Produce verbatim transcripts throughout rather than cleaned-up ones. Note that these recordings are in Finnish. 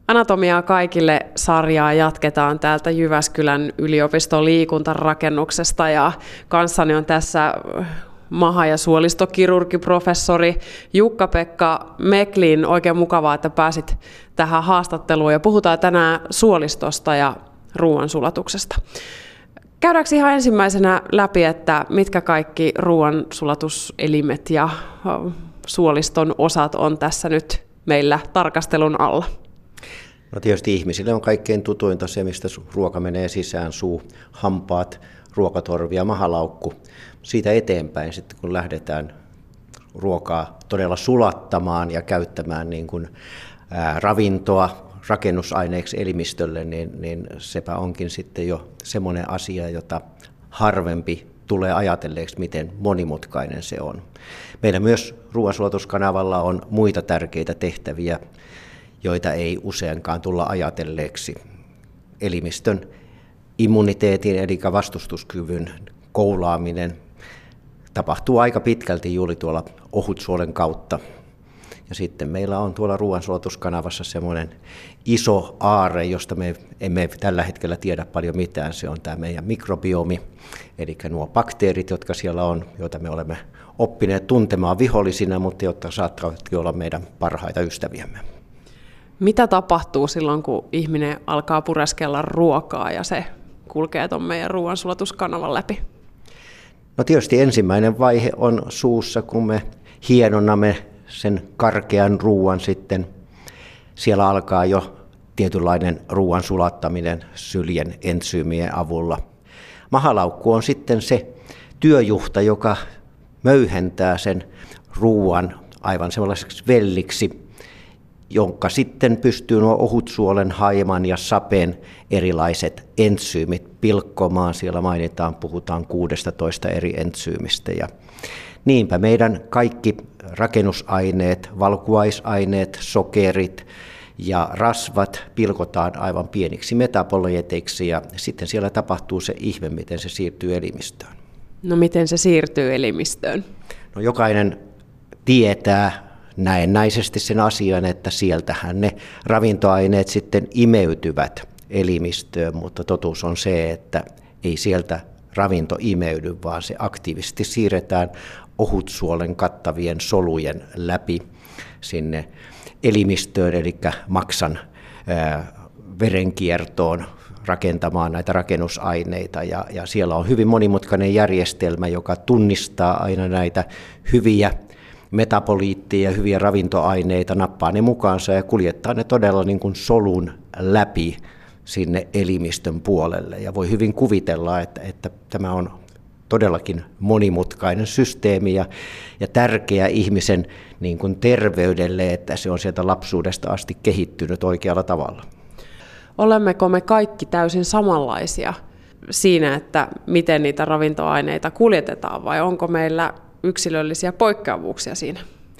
Anatomiaa kaikille -sarjaa jatketaan täältä Jyväskylän yliopiston liikuntarakennuksesta ja kanssani on tässä maha- ja suolistokirurgiprofessori Jukka-Pekka Meklin. Oikein mukavaa, että pääsit tähän haastatteluun ja puhutaan tänään suolistosta ja ruoansulatuksesta. Käydäänkö ihan ensimmäisenä läpi, että mitkä kaikki ruoansulatuselimet ja suoliston osat on tässä nyt meillä tarkastelun alla? No tietysti ihmisille on kaikkein tutuinta se, mistä ruoka menee sisään, suu, hampaat, ruokatorvi ja mahalaukku. Siitä eteenpäin sitten kun lähdetään ruokaa todella sulattamaan ja käyttämään niin kuin, ää, ravintoa rakennusaineeksi elimistölle, niin, niin sepä onkin sitten jo semmoinen asia, jota harvempi tulee ajatelleeksi, miten monimutkainen se on. Meillä myös ruoansulatuskanavalla on muita tärkeitä tehtäviä, joita ei useinkaan tulla ajatelleeksi. Elimistön immuniteetin eli vastustuskyvyn koulaaminen tapahtuu aika pitkälti juuri tuolla ohutsuolen kautta. Ja sitten meillä on tuolla ruoansulatuskanavassa semmoinen iso aare, josta me emme tällä hetkellä tiedä paljon mitään. Se on tämä meidän mikrobiomi, eli nuo bakteerit, jotka siellä on, joita me olemme oppineet tuntemaan vihollisina, mutta jotka saattavatkin olla meidän parhaita ystäviämme. Mitä tapahtuu silloin, kun ihminen alkaa pureskella ruokaa ja se kulkee tuon meidän ruoansulatuskanavan läpi? No tietysti ensimmäinen vaihe on suussa, kun me hienonnamme sen karkean ruoan sitten. Siellä alkaa jo tietynlainen ruoan sulattaminen syljen entsyymien avulla. Mahalaukku on sitten se työjuhta, joka möyhentää sen ruoan aivan sellaiseksi velliksi, jonka sitten pystyy nuo ohutsuolen, haiman ja sapen erilaiset entsyymit pilkkomaan. Siellä mainitaan, puhutaan kuusitoista eri entsyymistä. Ja niinpä meidän kaikki rakennusaineet, valkuaisaineet, sokerit ja rasvat pilkotaan aivan pieniksi metaboloiteiksi ja sitten siellä tapahtuu se ihme, miten se siirtyy elimistöön. No miten se siirtyy elimistöön? No jokainen tietää näennäisesti sen asian, että sieltähän ne ravintoaineet sitten imeytyvät elimistöön, mutta totuus on se, että ei sieltä ravinto imeydy, vaan se aktiivisesti siirretään ohutsuolen kattavien solujen läpi sinne elimistöön, eli maksan ää, verenkiertoon rakentamaan näitä rakennusaineita. Ja, ja siellä on hyvin monimutkainen järjestelmä, joka tunnistaa aina näitä hyviä metaboliitteja, hyviä ravintoaineita, nappaa ne mukaansa ja kuljettaa ne todella niin kuin solun läpi sinne elimistön puolelle. Ja voi hyvin kuvitella, että, että tämä on todellakin monimutkainen systeemi ja, ja tärkeä ihmisen niin kuin terveydelle, että se on sieltä lapsuudesta asti kehittynyt oikealla tavalla. Olemmeko me kaikki täysin samanlaisia siinä, että miten niitä ravintoaineita kuljetetaan, vai onko meillä yksilöllisiä poikkeavuuksia siinä?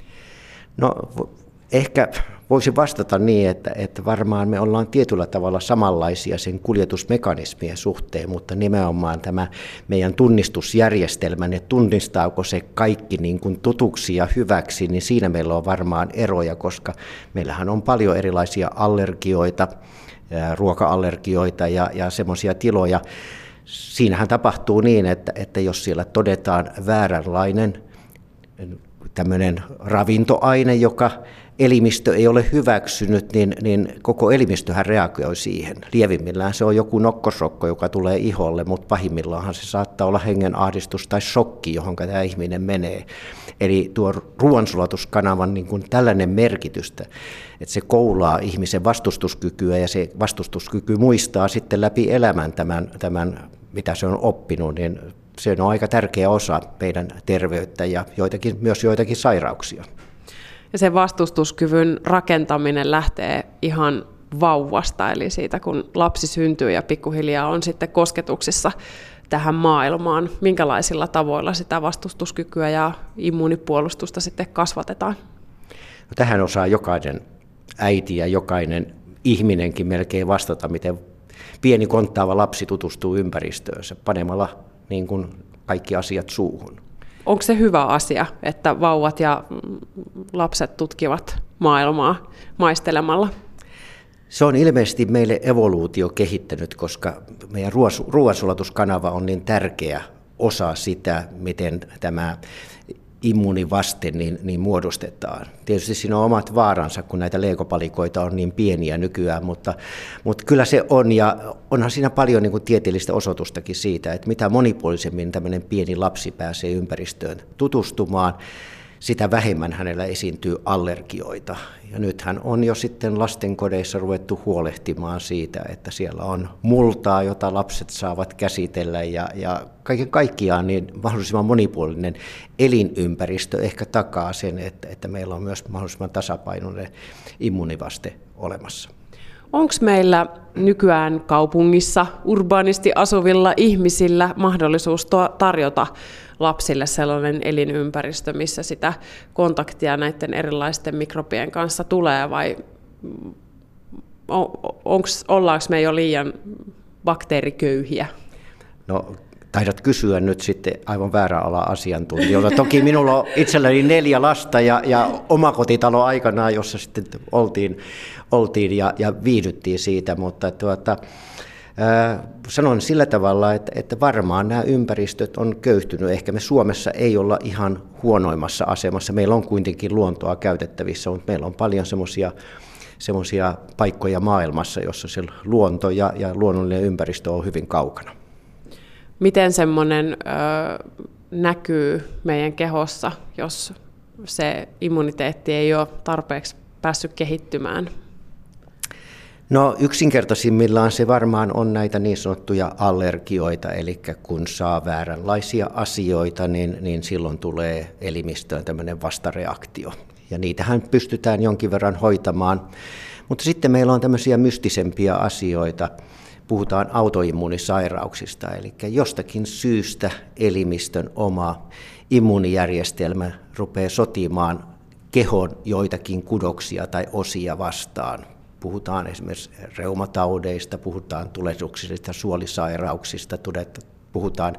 No ehkä voisin vastata niin, että, että varmaan me ollaan tietyllä tavalla samanlaisia sen kuljetusmekanismien suhteen, mutta nimenomaan tämä meidän tunnistusjärjestelmä, että tunnistaako se kaikki niin kuin tutuksi ja hyväksi, niin siinä meillä on varmaan eroja, koska meillähän on paljon erilaisia allergioita, ruoka-allergioita ja, ja semmoisia tiloja. Siinähän tapahtuu niin, että, että jos siellä todetaan vääränlainen tämmöinen ravintoaine, joka elimistö ei ole hyväksynyt, niin, niin koko elimistöhän reagoi siihen. Lievimmillään se on joku nokkosokko, joka tulee iholle, mutta pahimmillaan se saattaa olla hengenahdistus tai shokki, johon tämä ihminen menee. Eli tuo ruoansulatuskanavan niin kuin tällainen merkitystä, että se koulaa ihmisen vastustuskykyä ja se vastustuskyky muistaa sitten läpi elämän tämän, tämän mitä se on oppinut, niin se on aika tärkeä osa meidän terveyttä ja joitakin, myös joitakin sairauksia. Ja sen vastustuskyvyn rakentaminen lähtee ihan vauvasta, eli siitä kun lapsi syntyy ja pikkuhiljaa on sitten kosketuksissa tähän maailmaan. Minkälaisilla tavoilla sitä vastustuskykyä ja immuunipuolustusta sitten kasvatetaan? No, tähän osaa jokainen äiti ja jokainen ihminenkin melkein vastata, miten pieni konttaava lapsi tutustuu ympäristöönsä panemalla niin kuin kaikki asiat suuhun. Onko se hyvä asia, että vauvat ja lapset tutkivat maailmaa maistelemalla? Se on ilmeisesti meille evoluutio kehittänyt, koska meidän ruoansulatuskanava on niin tärkeä osa sitä, miten tämä immuunivaste niin, niin muodostetaan. Tietysti siinä on omat vaaransa, kun näitä leikopalikoita on niin pieniä nykyään, mutta, mutta kyllä se on, ja onhan siinä paljon niin kuin tieteellistä osoitustakin siitä, että mitä monipuolisemmin tämmöinen pieni lapsi pääsee ympäristöön tutustumaan, sitä vähemmän hänellä esiintyy allergioita. Ja nythän on jo sitten lastenkodeissa ruvettu huolehtimaan siitä, että siellä on multaa, jota lapset saavat käsitellä, ja, ja kaiken kaikkiaan niin mahdollisimman monipuolinen elinympäristö ehkä takaa sen, että, että meillä on myös mahdollisimman tasapainoinen immunivaste olemassa. Onko meillä nykyään kaupungissa urbaanisti asuvilla ihmisillä mahdollisuus tarjota lapsille sellainen elinympäristö, missä sitä kontaktia näiden erilaisten mikrobien kanssa tulee, vai onks, ollaanko me jo liian bakteeriköyhiä? No, taidat kysyä nyt sitten aivan väärä ala asiantuntijoilta. Toki minulla on itselläni neljä lasta ja, ja omakotitalo aikanaan, jossa sitten oltiin, oltiin ja, ja viihdyttiin siitä, mutta tuota, ää, sanon sillä tavalla, että, että varmaan nämä ympäristöt on köyhtynyt. Ehkä me Suomessa ei olla ihan huonoimmassa asemassa. Meillä on kuitenkin luontoa käytettävissä, mutta meillä on paljon semmoisia semmoisia paikkoja maailmassa, jossa se luonto ja, ja luonnollinen ympäristö on hyvin kaukana. Miten semmoinen ö, näkyy meidän kehossa, jos se immuniteetti ei ole tarpeeksi päässyt kehittymään? No yksinkertaisimmillaan se varmaan on näitä niin sanottuja allergioita, eli kun saa vääränlaisia asioita, niin, niin silloin tulee elimistöön tämmöinen vastareaktio. Ja niitähän pystytään jonkin verran hoitamaan, mutta sitten meillä on tämmöisiä mystisempiä asioita. Puhutaan autoimmuunisairauksista, eli jostakin syystä elimistön oma immuunijärjestelmä rupeaa sotimaan kehon joitakin kudoksia tai osia vastaan. Puhutaan esimerkiksi reumataudeista, puhutaan tulehduksellisista suolisairauksista, puhutaan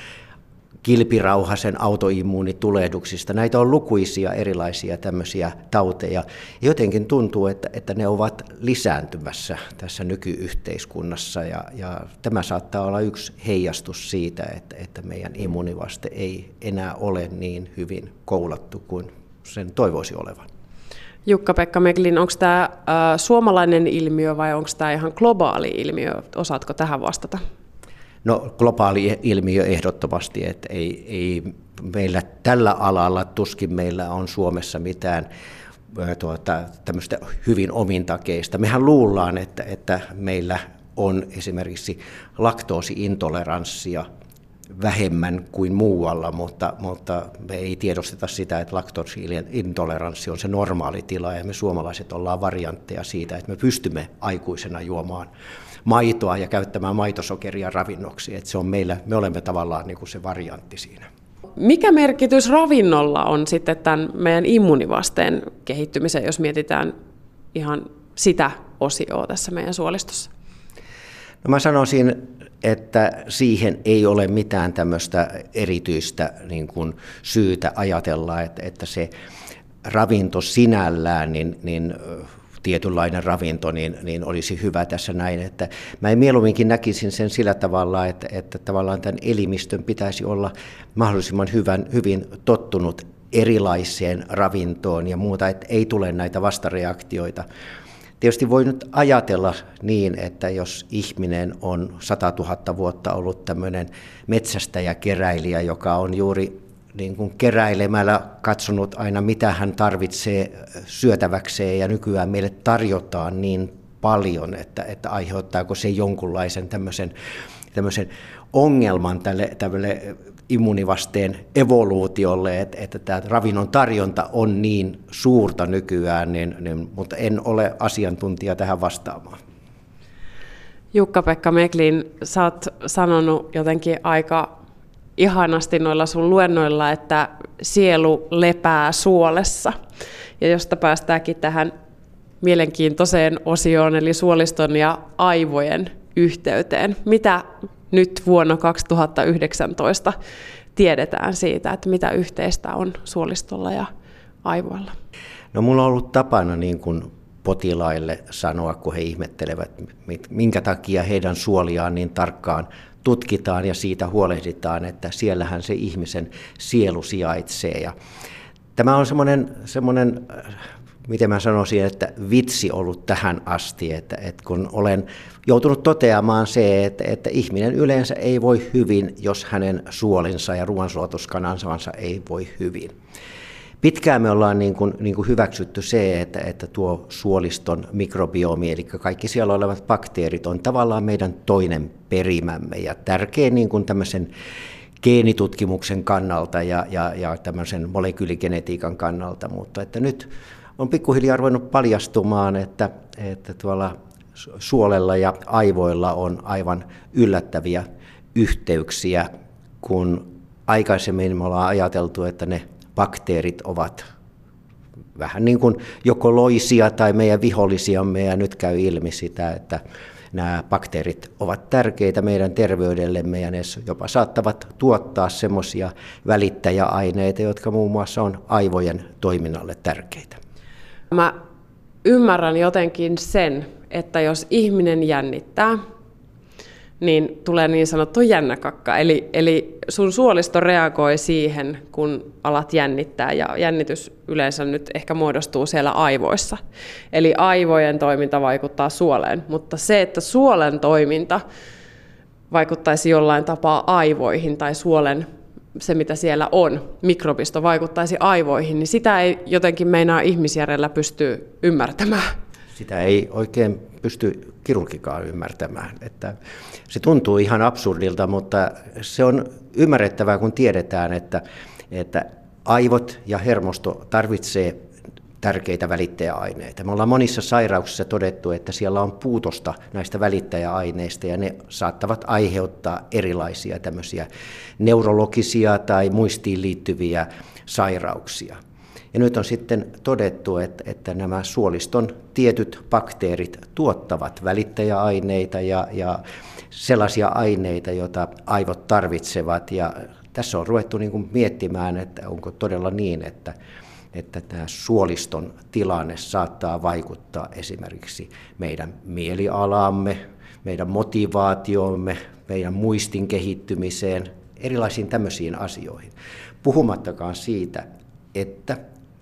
kilpirauhasen autoimmuunitulehduksista. Näitä on lukuisia erilaisia tämmöisiä tauteja. Jotenkin tuntuu, että, että ne ovat lisääntymässä tässä nykyyhteiskunnassa, ja, ja tämä saattaa olla yksi heijastus siitä, että, että meidän immunivaste ei enää ole niin hyvin koulattu kuin sen toivoisi olevan. Jukka-Pekka Meklin, onko tämä äh, suomalainen ilmiö vai onko tämä ihan globaali ilmiö? Osaatko tähän vastata? No globaali ilmiö ehdottomasti, että ei, ei meillä tällä alalla, tuskin meillä on Suomessa mitään tuota, tämmöistä hyvin omintakeista. Mehän luullaan, että, että meillä on esimerkiksi laktoosiintoleranssia vähemmän kuin muualla, mutta, mutta me ei tiedosteta sitä, että laktoosiintoleranssi on se normaali tila, ja me suomalaiset ollaan variantteja siitä, että me pystymme aikuisena juomaan maitoa ja käyttämään maitosokeria ravinnoksi, että se on meillä, me olemme tavallaan niin kuin se variantti siinä. Mikä merkitys ravinnolla on sitten tämän meidän immunivasteen kehittymiseen, jos mietitään ihan sitä osioa tässä meidän suolistossa? No mä sanoisin, että siihen ei ole mitään tämmöistä erityistä niin kuin syytä ajatella, että, että se ravinto sinällään, niin, niin tietynlainen ravinto, niin, niin olisi hyvä tässä näin. Että mä mieluumminkin näkisin sen sillä tavalla, että, että tavallaan tämän elimistön pitäisi olla mahdollisimman hyvän, hyvin tottunut erilaiseen ravintoon ja muuta, että ei tule näitä vastareaktioita. Tietysti voi nyt ajatella niin, että jos ihminen on satatuhatta vuotta ollut tämmöinen metsästäjä-keräilijä, joka on juuri niin kuin keräilemällä katsonut aina, mitä hän tarvitsee syötäväkseen, ja nykyään meille tarjotaan niin paljon, että, että aiheuttaako se jonkunlaisen tämmöisen, tämmöisen ongelman tälle, tälle immunivasteen evoluutiolle, että, että tämä ravinnon tarjonta on niin suurta nykyään, niin, niin, mutta en ole asiantuntija tähän vastaamaan. Jukka-Pekka Meklin, sä oot sanonut jotenkin aika ihanasti noilla sun luennoilla, että sielu lepää suolessa. Ja josta päästäänkin tähän mielenkiintoiseen osioon, eli suoliston ja aivojen yhteyteen. Mitä nyt vuonna kaksituhattayhdeksäntoista tiedetään siitä, että mitä yhteistä on suolistolla ja aivoilla? No mulla on ollut tapana niin kuin potilaille sanoa, kun he ihmettelevät, minkä takia heidän suoliaan niin tarkkaan tutkitaan ja siitä huolehditaan, että siellähän se ihmisen sielu sijaitsee. Ja tämä on semmoinen, semmoinen, miten mä sanoisin, että vitsi ollut tähän asti, että, että kun olen joutunut toteamaan se, että, että ihminen yleensä ei voi hyvin, jos hänen suolinsa ja ruoansulatuskanansa ei voi hyvin. Pitkään me ollaan niin kuin, niin kuin hyväksytty se, että, että tuo suoliston mikrobiomi, eli kaikki siellä olevat bakteerit, on tavallaan meidän toinen perimämme ja tärkeä niin kuin tämmöisen geenitutkimuksen kannalta ja, ja, ja tämmöisen molekyyligenetiikan kannalta, mutta että nyt on pikkuhiljaa ruvennut paljastumaan, että, että tuolla suolella ja aivoilla on aivan yllättäviä yhteyksiä, kun aikaisemmin me ollaan ajateltu, että ne bakteerit ovat vähän niin kuin joko loisia tai meidän vihollisiamme, ja nyt käy ilmi sitä, että nämä bakteerit ovat tärkeitä meidän terveydellemme ja ne jopa saattavat tuottaa semmoisia välittäjäaineita, jotka muun muassa on aivojen toiminnalle tärkeitä. Mä ymmärrän jotenkin sen, että jos ihminen jännittää, niin tulee niin sanottu jännäkakka. Eli, eli sun suolisto reagoi siihen, kun alat jännittää, ja jännitys yleensä nyt ehkä muodostuu siellä aivoissa. Eli aivojen toiminta vaikuttaa suoleen, mutta se, että suolen toiminta vaikuttaisi jollain tapaa aivoihin tai suolen, se mitä siellä on, mikrobisto vaikuttaisi aivoihin, niin sitä ei jotenkin meinaa ihmisjärjellä pysty ymmärtämään. Sitä ei oikein pysty kirurgikaan ymmärtämään. Että se tuntuu ihan absurdilta, mutta se on ymmärrettävää, kun tiedetään, että, että aivot ja hermosto tarvitsee tärkeitä välittäjäaineita. Me ollaan monissa sairauksissa todettu, että siellä on puutosta näistä välittäjäaineista ja ne saattavat aiheuttaa erilaisia tämmöisiä neurologisia tai muistiin liittyviä sairauksia. Ja nyt on sitten todettu, että, että nämä suoliston tietyt bakteerit tuottavat välittäjäaineita ja, ja sellaisia aineita, joita aivot tarvitsevat. Ja tässä on ruvettu niin kuin miettimään, että onko todella niin, että, että tämä suoliston tilanne saattaa vaikuttaa esimerkiksi meidän mielialaamme, meidän motivaatioomme, meidän muistin kehittymiseen, erilaisiin tämmöisiin asioihin. Puhumattakaan siitä, että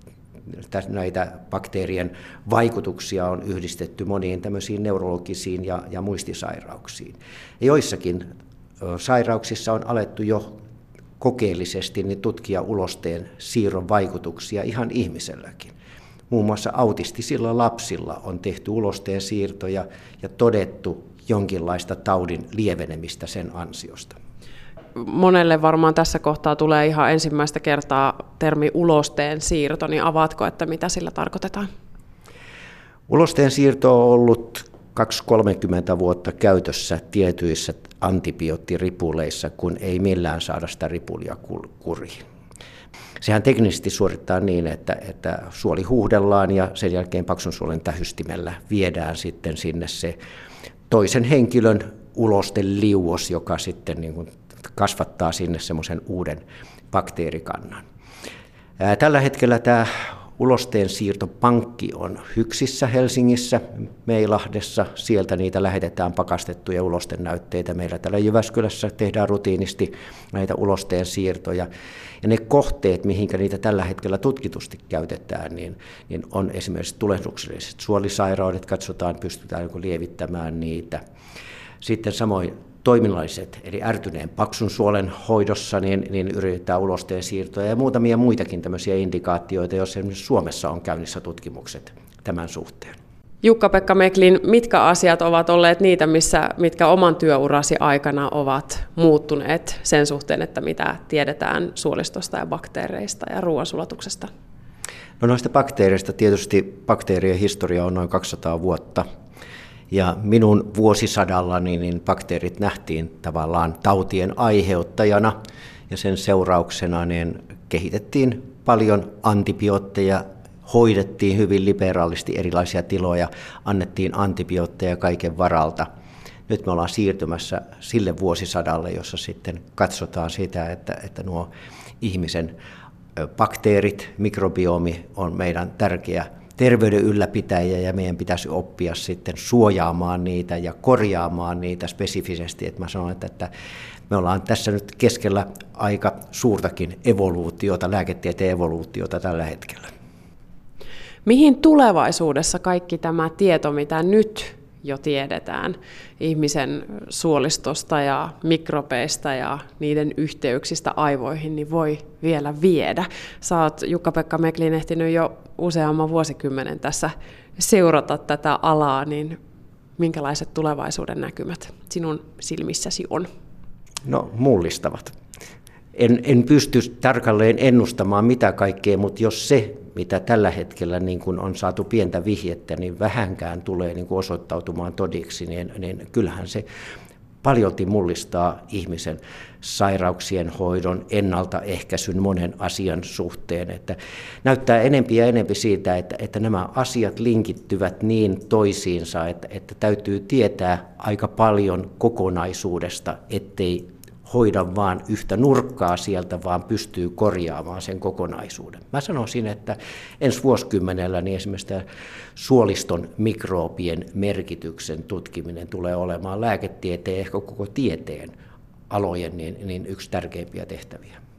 näitä bakteerien vaikutuksia on yhdistetty moniin tämmöisiin neurologisiin ja, ja muistisairauksiin. Ja joissakin sairauksissa on alettu jo kokeellisesti niin tutkia ulosteen siirron vaikutuksia ihan ihmiselläkin. Muun muassa autistisilla lapsilla on tehty ulosteen siirtoja ja todettu jonkinlaista taudin lievenemistä sen ansiosta. Monelle varmaan tässä kohtaa tulee ihan ensimmäistä kertaa termi ulosteen siirto, niin avaatko, että mitä sillä tarkoitetaan? Ulosteen siirto on ollut kaksikymmentä kolmekymmentä vuotta käytössä tietyissä antibioottiripulleissa, kun ei millään saada sitä ripulia kuriin. Sehän teknisesti suorittaa niin, että, että suoli huuhdellaan ja sen jälkeen paksun suolen tähystimellä viedään sitten sinne se toisen henkilön ulosteliuos, joka sitten niin kuin kasvattaa sinne semmoisen uuden bakteerikannan. Tällä hetkellä tämä ulosteen siirtopankki on Hyksissä Helsingissä, Meilahdessa. Sieltä niitä lähetetään pakastettuja ulostenäytteitä. Meillä täällä Jyväskylässä tehdään rutiinisti näitä ulosteen siirtoja. Ja ne kohteet, mihinkä niitä tällä hetkellä tutkitusti käytetään, niin, niin on esimerkiksi tulehdukselliset suolisairaudet. Katsotaan, pystytäänkö lievittämään niitä. Sitten samoin toiminnalliset, eli ärtyneen paksun suolen hoidossa, niin, niin yritetään ulosteen siirtoja ja muutamia muitakin tämmöisiä indikaatioita, jos esimerkiksi Suomessa on käynnissä tutkimukset tämän suhteen. Jukka-Pekka Meklin, mitkä asiat ovat olleet niitä, missä, mitkä oman työurasi aikana ovat muuttuneet sen suhteen, että mitä tiedetään suolistosta ja bakteereista ja ruoansulatuksesta? No noista bakteereista tietysti bakteerien historia on noin kaksisataa vuotta. Ja minun vuosisadallani niin bakteerit nähtiin tavallaan tautien aiheuttajana ja sen seurauksena niin kehitettiin paljon antibiootteja, hoidettiin hyvin liberaalisti erilaisia tiloja, annettiin antibiootteja kaiken varalta. Nyt me ollaan siirtymässä sille vuosisadalle, jossa sitten katsotaan sitä, että, että nuo ihmisen bakteerit, mikrobiomi on meidän tärkeä terveyden ylläpitäjiä ja meidän pitäisi oppia sitten suojaamaan niitä ja korjaamaan niitä spesifisesti. Että mä sanon, että, että me ollaan tässä nyt keskellä aika suurtakin evoluutiota, lääketieteen evoluutiota tällä hetkellä. Mihin tulevaisuudessa kaikki tämä tieto, mitä nyt jo tiedetään ihmisen suolistosta ja mikrobeista ja niiden yhteyksistä aivoihin, niin voi vielä viedä? Sä oot, Jukka-Pekka Meklin, ehtinyt jo useamman vuosikymmenen tässä seurata tätä alaa, niin minkälaiset tulevaisuuden näkymät sinun silmissäsi on? No, mullistavat. En, en pysty tarkalleen ennustamaan mitä kaikkea, mutta jos se, mitä tällä hetkellä niin kun on saatu pientä vihjettä, niin vähänkään tulee niin kun osoittautumaan todiksi, niin, niin kyllähän se paljolti mullistaa ihmisen sairauksien hoidon, ennaltaehkäisyn monen asian suhteen. Että näyttää enempi ja enempi siitä, että, että nämä asiat linkittyvät niin toisiinsa, että, että täytyy tietää aika paljon kokonaisuudesta, ettei hoida vaan yhtä nurkkaa sieltä, vaan pystyy korjaamaan sen kokonaisuuden. Mä sanoisin, että ensi vuosikymmenellä niin esimerkiksi tämä suoliston mikroobien merkityksen tutkiminen tulee olemaan lääketieteen, ehkä koko tieteen alojen niin, niin yksi tärkeimpiä tehtäviä.